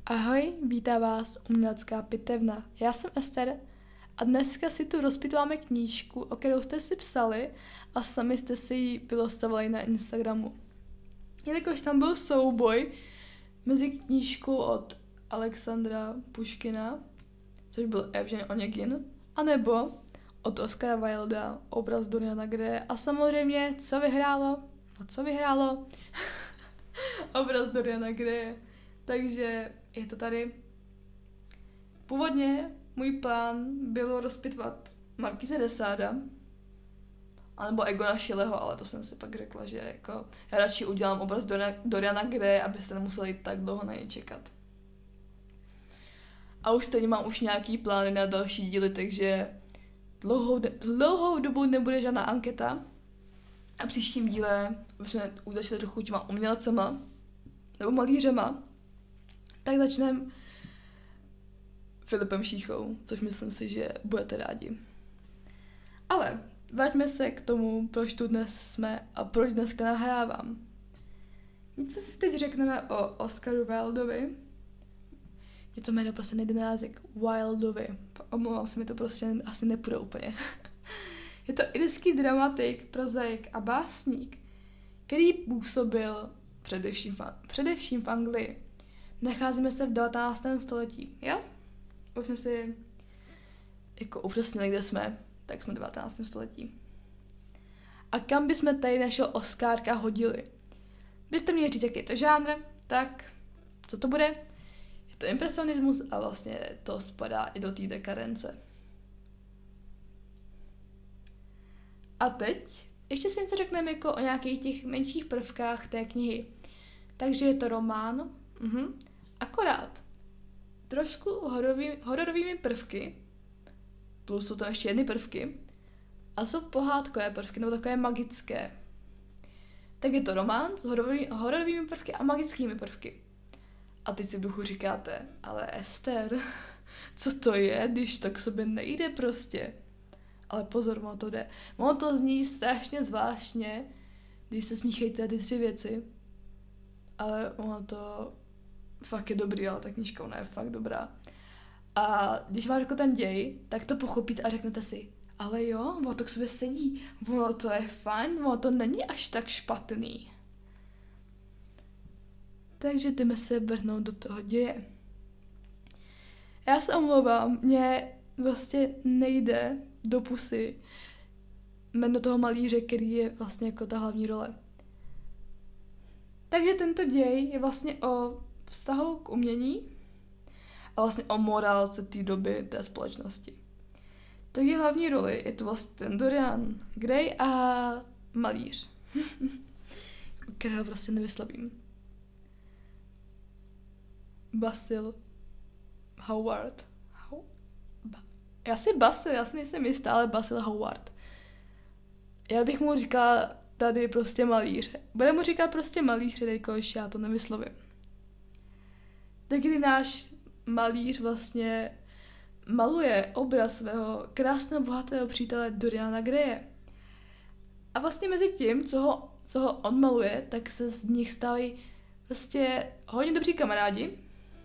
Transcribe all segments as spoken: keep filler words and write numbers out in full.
Ahoj, vítá vás Umělecká pitevna. Já jsem Ester a dneska si tu rozpitváme knížku, o kterou jste si psali a sami jste si ji vylosovali na Instagramu. Jelikož tam byl souboj mezi knížkou od Alexandra Puškina, což byl Evžen Oněgin, anebo od Oscara Wilda Obraz Doriana Graye. A samozřejmě, co vyhrálo? No co vyhrálo? Obraz Doriana Graye. Takže je to tady. Původně můj plán bylo rozpitvat Markíze de Sáda anebo Egona Schieleho, ale to jsem si pak řekla, že jako já radši udělám Obraz Doriana Graye, abyste nemuseli tak dlouho na něj čekat. A už stejně mám už nějaký plány na další díly, takže dlouhou, dlouhou dobu nebude žádná anketa. A příštím díle jsme už začali trochu těma umělcema nebo malířema, tak začneme Filipem Šíchou, což myslím si, že budete rádi. Ale vraťme se k tomu, proč tu dnes jsme a proč dneska nahrávám. Něco si teď řekneme o Oscaru Wildovi. Mě to jméno prostě nejde na jazyk. Wildovi. Omlouvám se, mi to prostě asi nepůjde úplně. Je to irský dramatik, prozaik a básník, který působil především v, především v Anglii. Nacházíme se v devatenáctém století, jo? Už jsme si jako upřesnili, kde jsme, tak jsme v devatenáctém století. A kam bychom tady našeho Oscárka hodili? Byste měli říct, jaký je to žánr, tak co to bude? Je to impresionismus a vlastně to spadá i do té dekadence. A teď ještě si něco řekneme jako o nějakých těch menších prvkách té knihy. Takže je to román, uh-huh. akorát trošku hororový, hororovými prvky, plus jsou tam ještě jedny prvky, a jsou pohádkové prvky, nebo takové magické. Tak je to román s hororový, hororovými prvky a magickými prvky. A teď si v duchu říkáte, ale Ester, co to je, když to k sobě nejde prostě. Ale pozor, ono to jde. Ono to zní strašně zvláštně, když se smíchají ty tři věci. Ale ono to fakt je dobrý, ale ta knížka ona je fakt dobrá. A když vám řekl ten děj, tak to pochopíte a řeknete si, ale jo, ono to k sobě sedí, ono to je fajn, ono to není až tak špatný. Takže jdeme se vrhnout do toho děje. Já se omlouvám, mně prostě nejde do pusy jméno toho malíře, který je vlastně jako ta hlavní role. Takže tento děj je vlastně o vztahu k umění a vlastně o morálce té doby, té společnosti. Takže hlavní roli je to vlastně ten Dorian Gray a malíř, kterého prostě nevyslovím. Basil Howard. How? Ba- já si Basil, já si nejsem jistá, ale Basil Howard. Já bych mu říkala tady prostě malíř. Bude mu říkat prostě malíř, jelikož já to nevyslovím. Tak kdy náš malíř vlastně maluje obraz svého krásného, bohatého přítele Doriana Graye. A vlastně mezi tím, co ho, co ho on maluje, tak se z nich stávají prostě hodně dobří kamarádi.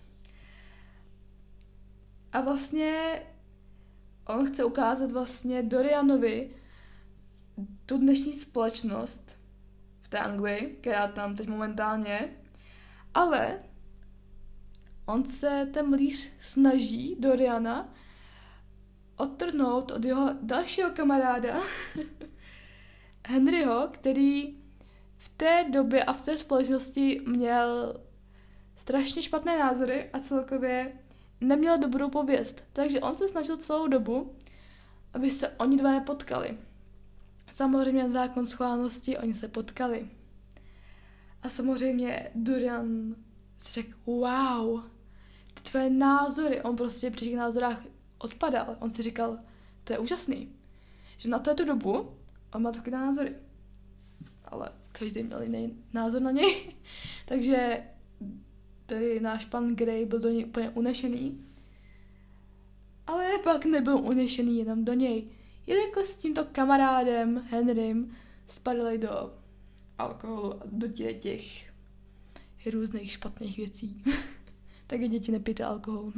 A vlastně on chce ukázat vlastně Dorianovi tu dnešní společnost v té Anglii, která tam teď momentálně, ale on se, ten malíř, snaží Doriana odtrhnout od jeho dalšího kamaráda Henryho, který v té době a v té společnosti měl strašně špatné názory a celkově neměl dobrou pověst. Takže on se snažil celou dobu, aby se oni dva nepotkali. Samozřejmě zákon schválnosti, oni se potkali. A samozřejmě Dorian si řekl, wow, ty tvoje názory, on prostě při těch názorách odpadal. On si říkal, to je úžasný, že na tu dobu on má takové názory. Ale každý měl jiný názor na něj. Takže tady náš pan Gray byl do něj úplně unešený. Ale pak nebyl unešený jenom do něj. Jelikož s tímto kamarádem Henrym spadali do alkoholu a do těch různých špatných věcí. Tak děti, nepijte alkohol.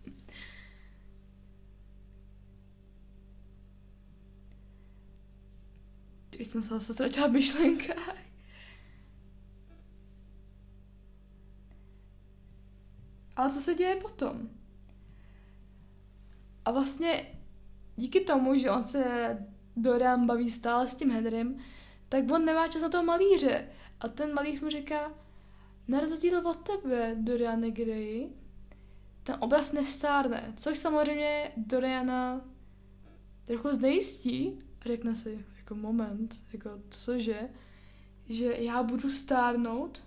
Teď jsem se zase ztratila v myšlenkách. Ale co se děje potom? A vlastně díky tomu, že on se Dorian baví stále s tím Henrym, tak on nemá čas na toho malíře. A ten malíř mu říká, na rozdíl od tebe, Doriane Gray, ten obraz nestárne. Což samozřejmě Doriana trochu znejistí a řekne si, jako moment, jako cože, že já budu stárnout,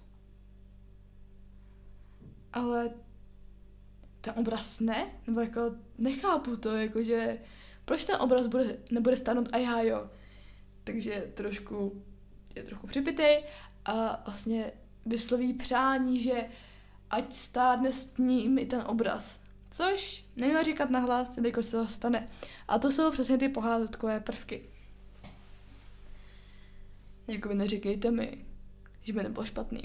ale ten obraz ne, nebo jako nechápu to, jakože proč ten obraz bude, nebude stárnout a já jo. Takže trošku je trochu připitej a vlastně vysloví přání, že ať stárne s ním i ten obraz. Což neměla říkat nahlas, jelikož se to stane. A to jsou přesně ty pohádkové prvky. Jako vy neříkejte mi, že by nebylo špatný.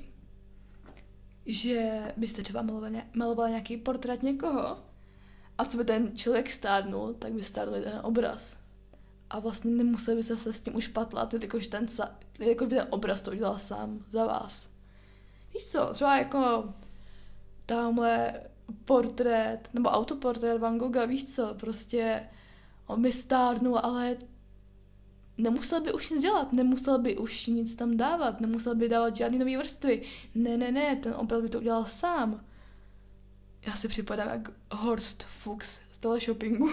Že byste třeba malovali, malovali nějaký portrét někoho a co by ten člověk stárnul, tak by stárnul ten obraz. A vlastně nemuseli byste se s tím už patlat, jelikož ten, jelikož by ten obraz to udělal sám za vás. Víš co, třeba jako tamhle portrét, nebo autoportrét Van Gogha, víš co, prostě on by stárnul, ale nemusel by už nic dělat, nemusel by už nic tam dávat, nemusel by dávat žádný nový vrstvy. Ne, ne, ne, ten obraz by to udělal sám. Já si připadám jak Horst Fuchs z teleshoppingu.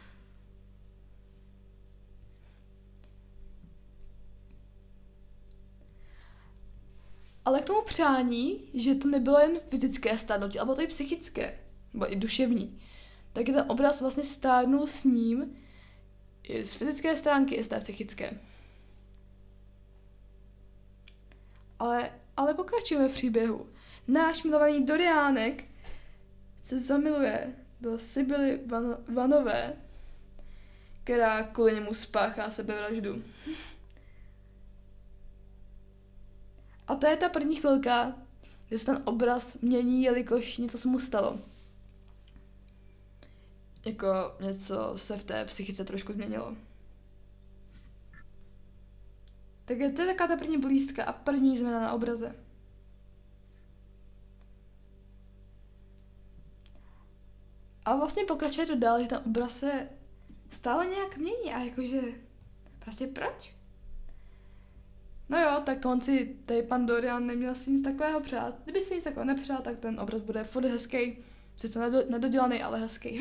Ale k tomu přání, že to nebylo jen fyzické stárnutí, ale bylo to i psychické, nebo i duševní, tak je ten obraz vlastně stárnul s ním i z fyzické stránky, i z té psychické. Ale, ale pokračujeme v příběhu. Náš milovaný Doriánek se zamiluje do Sibyly Van, Vanové, která kvůli němu spáchá sebevraždu. A to je ta první chvilka, kdy se ten obraz mění, jelikož něco se mu stalo. Jako něco se v té psychice trošku změnilo. Takže to je taková ta první blízka a první změna na obraze. Ale vlastně pokračuje to dál, že ten obraz se stále nějak mění a jakože prostě proč? No jo, tak on si, tady pan Dorian neměl si nic takového přát. Kdyby si nic takového nepřál, tak ten obraz bude furt hezký. Sice nedodělaný, ale hezký.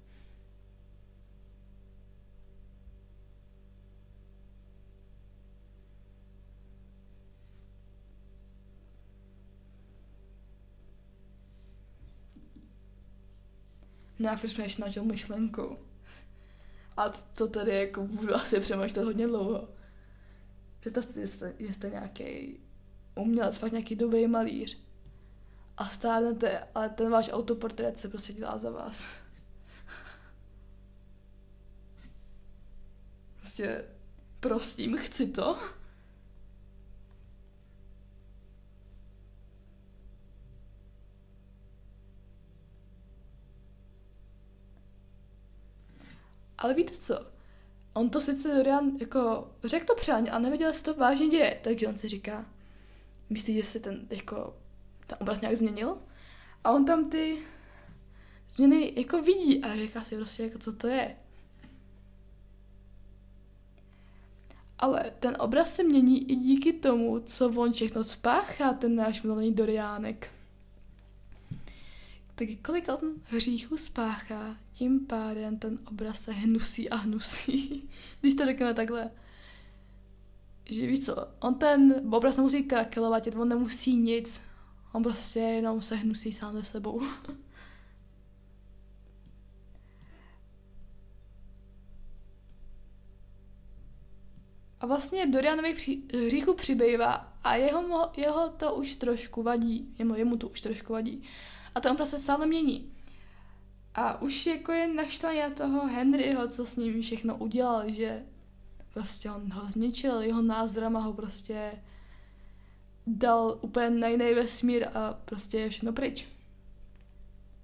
No já furt přemýšlím nad tou myšlenkou. A to tady jako budu asi přemýšlet hodně dlouho. Představte si, jestli jste nějaký umělec, fakt nějaký dobrý malíř. A stárnete, ale ten váš autoportrét se prostě dělá za vás. Prostě, prosím, chci to. Ale víte co? On to sice Dorian jako řekl to přání, ale nevěděl, jestli to vážně děje. Takže on si říká, myslí, že se ten, jako, ten obraz nějak změnil? A on tam ty změny jako vidí a říká si prostě, jako, co to je. Ale ten obraz se mění i díky tomu, co on všechno spáchá, ten náš milovaný Doriánek. Tak kolik on hříchů spáchá, tím pádem ten obraz se hnusí a hnusí. Když to řekneme takhle. Že víš co, on ten obraz nemusí krakelovat, on nemusí nic. On prostě jenom se hnusí sám se sebou. A vlastně Dorianovi při, hříchu přibývá a jeho, jeho to už trošku vadí. Jemu, jemu to už trošku vadí. A ten obraz se stále mění. A už jako je naštvaný na toho Henryho, co s ním všechno udělal, že prostě on ho zničil, jeho názdrama ho prostě dal úplně na jiný vesmír a prostě je všechno pryč.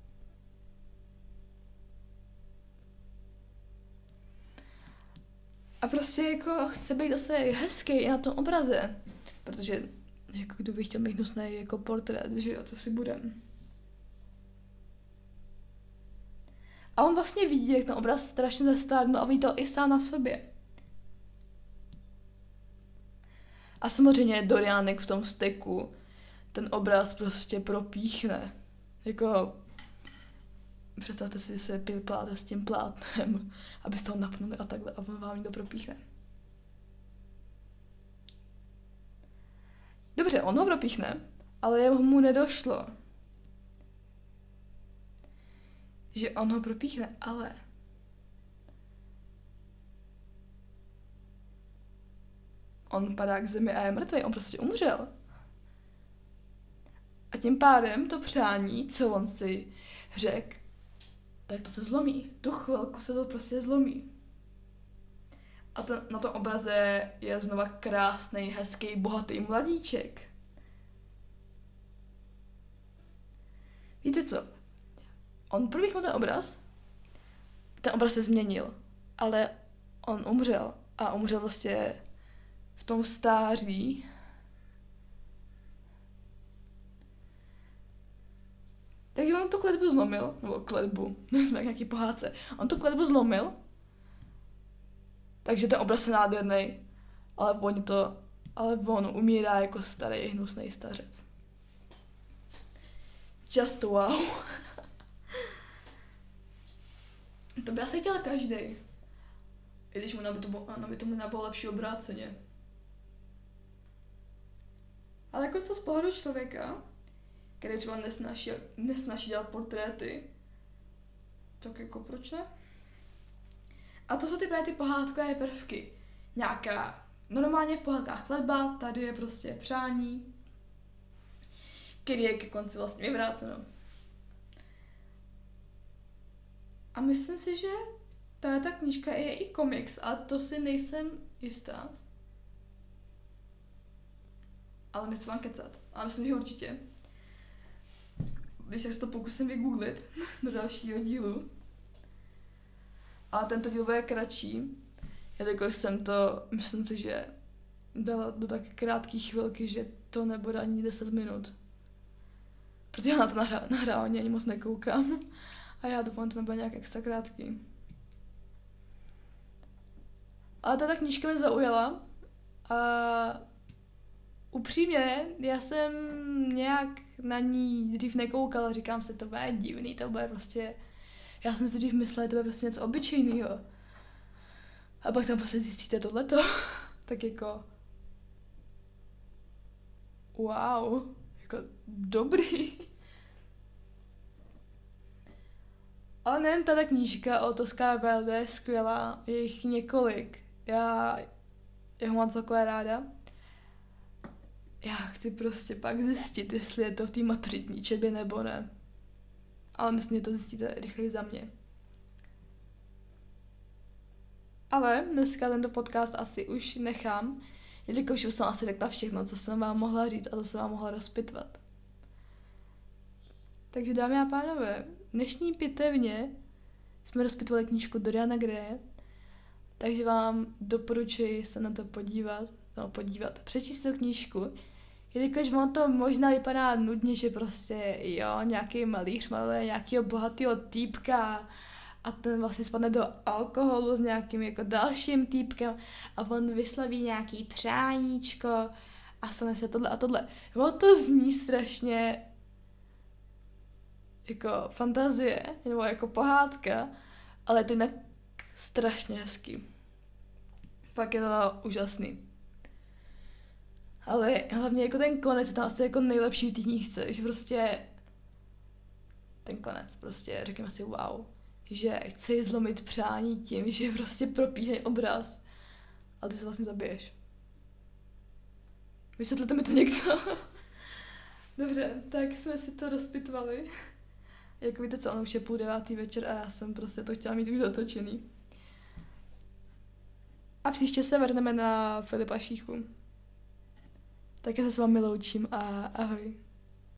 A prostě jako chce být zase hezký i na tom obraze. Protože jako kdo by chtěl mít hnusný jako portrét, že jo, co si budem. A on vlastně vidí, jak ten obraz strašně zestárnul a ví to i sám na sobě. A samozřejmě Dorianek v tom steku ten obraz prostě propíchne. Jako, představte si, že se pil pláte s tím plátnem, abyste ho napnuli a takhle a on vám to propíchne. Dobře, on ho propíchne, ale mu nedošlo, že on ho propíchne, ale on padá k zemi a je mrtvý, on prostě umřel. A tím pádem to přání, co on si řekl, tak to se zlomí. Tu chvilku se to prostě zlomí. A ten, na tom obraze je znova krásný, hezký, bohatý mladíček. Víte co? On probíchnul ten obraz, ten obraz se změnil, ale on umřel. A umřel vlastně v tom stáří. Takže on tu kletbu zlomil, nebo kletbu, jsme jak nějaký pohádce. On tu kletbu zlomil, takže ten obraz je nádherný, ale on to, ale on umírá jako starý, hnusný stařec. Just wow. To by asi chtěla každý. I když mu by to, by tomu nebylo lepší obráceně. Ale jako to z pohledu člověka, který třeba nesnaží, nesnaží dělat portréty, tak jako proč ne? A to jsou ty právě ty pohádkové prvky. Nějaká normálně v pohádkách kletba, tady je prostě přání, který je ke konci vlastně vyvráceno. A myslím si, že tahle ta knížka je i komiks, a to si nejsem jistá. Ale nechci vám kecat. Ale myslím, že určitě. Když tak se to pokusím vygooglit do dalšího dílu. A tento díl bude kratší. Jelikož jsem to, myslím si, že dala do tak krátké chvilky, že to nebude ani deset minut. Protože já na to nahrá- nahrávání ani moc nekoukám. A já doufám, že to nebude nějak extra krátký. Ale tato knížka mě zaujala. A upřímně, já jsem nějak na ní dřív nekoukala. Říkám si, to bude divný, to bude prostě... Já jsem si dřív myslela, že to bude prostě něco obyčejného. A pak tam prostě zjistíte tohleto. Tak jako... Wow. Jako dobrý. Ale nejen tato knížka od Oscara Wilde je skvělá, je jich několik. Já, já ho mám celkově ráda. Já chci prostě pak zjistit, jestli je to v té maturitní četbě nebo ne. Ale myslím, že to zjistíte rychleji za mě. Ale dneska tento podcast asi už nechám, jelikož už jsem asi řekla všechno, co jsem vám mohla říct a co jsem vám mohla rozpitvat. Takže dámy a pánové, dnešní pitevně jsme rozpitvali knížku Doriana Graye, takže vám doporučuji se na to podívat, no podívat, přečíst tu knížku, jelikož ono to možná vypadá nudně, že prostě jo, nějaký malíř maluje nějakého bohatého týpka a ten vlastně spadne do alkoholu s nějakým jako dalším týpkem a on vyslaví nějaký přáníčko a stane se tohle a tohle. Ono to zní strašně jako fantazie, nebo jako pohádka, ale je to jinak strašně hezký. Fakt je to úžasný. Ale hlavně jako ten konec je tam asi jako nejlepší v té knížce, že prostě ten konec, prostě řekněme si wow, že chci zlomit přání tím, že prostě propíhej obraz a ty se vlastně zabiješ. Vysvětlete mi to někdo? Dobře, tak jsme si to rozpitvali. Jak víte co, ono už je půl devátý večer a já jsem prostě to chtěla mít už zatočený. A příště se vrhneme na Filipa Šíchu. Tak já se s vámi loučím a ahoj.